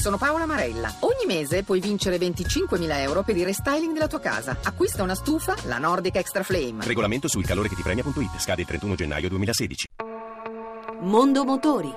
sono Paola Marella. Ogni mese puoi vincere 25.000 euro per il restyling della tua casa. Acquista una stufa, la Nordic Extra Flame. Regolamento sul calore che ti premia.it. Scade il 31 gennaio 2016. Mondo Motori.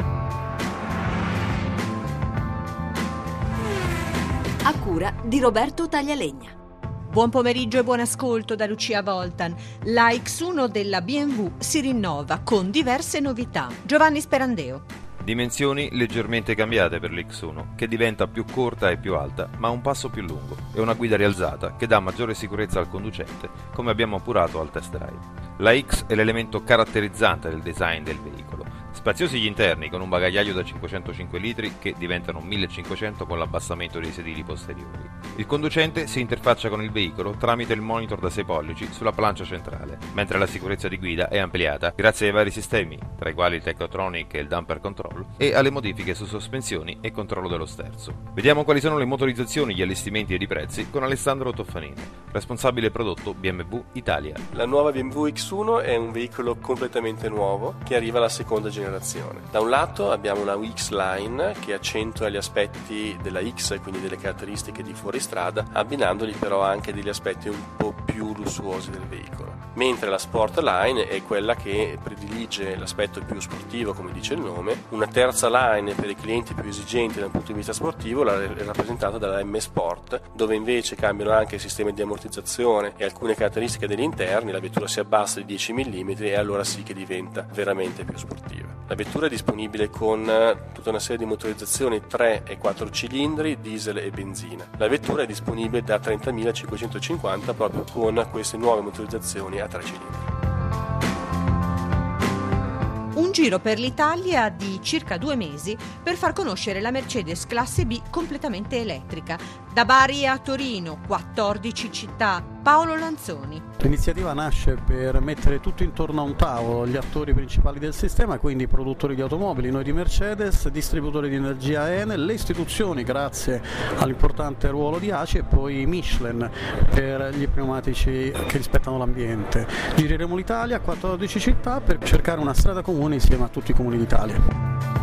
A cura di Roberto Taglialegna. Buon pomeriggio e buon ascolto da Lucia Voltan. La X1 della BMW si rinnova con diverse novità. Giovanni Sperandeo. Dimensioni leggermente cambiate per l'X1, che diventa più corta e più alta, ma un passo più lungo, e una guida rialzata che dà maggiore sicurezza al conducente, come abbiamo appurato al test drive. La X è l'elemento caratterizzante del design del veicolo. Spaziosi gli interni, con un bagagliaio da 505 litri che diventano 1500 con l'abbassamento dei sedili posteriori. Il conducente si interfaccia con il veicolo tramite il monitor da 6 pollici sulla plancia centrale, mentre la sicurezza di guida è ampliata grazie ai vari sistemi, tra i quali il Techotronic e il Damper Control, e alle modifiche su sospensioni e controllo dello sterzo. Vediamo quali sono le motorizzazioni, gli allestimenti ed i prezzi con Alessandro Toffanini, responsabile prodotto BMW Italia. La nuova BMW X1 è un veicolo completamente nuovo che arriva alla seconda generazione. Da un lato abbiamo una X-Line che accentua gli aspetti della X, quindi delle caratteristiche di fuoristrada, abbinandoli però anche degli aspetti un po' più lussuosi del veicolo. Mentre la Sport Line è quella che predilige l'aspetto più sportivo, come dice il nome. Una terza line per i clienti più esigenti dal punto di vista sportivo è rappresentata dalla M Sport, dove invece cambiano anche il sistema di ammortizzazione e alcune caratteristiche degli interni. La vettura si abbassa di 10 mm e allora sì che diventa veramente più sportiva. La vettura è disponibile con tutta una serie di motorizzazioni 3 e 4 cilindri, diesel e benzina. La vettura è disponibile da 30.550 proprio con queste nuove motorizzazioni a 3 cilindri. Un giro per l'Italia di circa 2 mesi per far conoscere la Mercedes classe B completamente elettrica. Da Bari a Torino, 14 città. Paolo Lanzoni. L'iniziativa nasce per mettere tutto intorno a un tavolo gli attori principali del sistema, quindi i produttori di automobili, noi di Mercedes, distributori di energia Enel, le istituzioni grazie all'importante ruolo di ACI e poi Michelin per gli pneumatici che rispettano l'ambiente. Gireremo l'Italia, 14 città, per cercare una strada comune insieme a tutti i comuni d'Italia.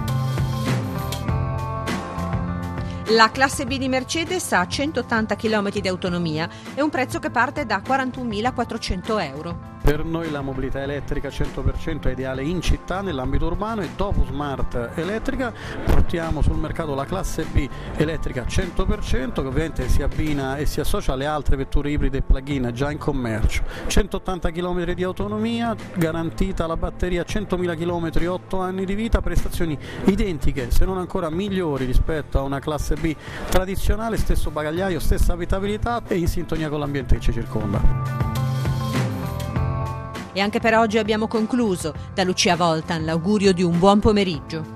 La classe B di Mercedes ha 180 km di autonomia e un prezzo che parte da 41.400 euro. Per noi la mobilità elettrica 100% è ideale in città, nell'ambito urbano, e dopo Smart Elettrica portiamo sul mercato la classe B elettrica 100%, che ovviamente si abbina e si associa alle altre vetture ibride e plug-in già in commercio. 180 km di autonomia, garantita la batteria 100.000 km, 8 anni di vita, prestazioni identiche se non ancora migliori rispetto a una classe B tradizionale, stesso bagagliaio, stessa abitabilità e in sintonia con l'ambiente che ci circonda. E anche per oggi abbiamo concluso. Da Lucia Voltan l'augurio di un buon pomeriggio.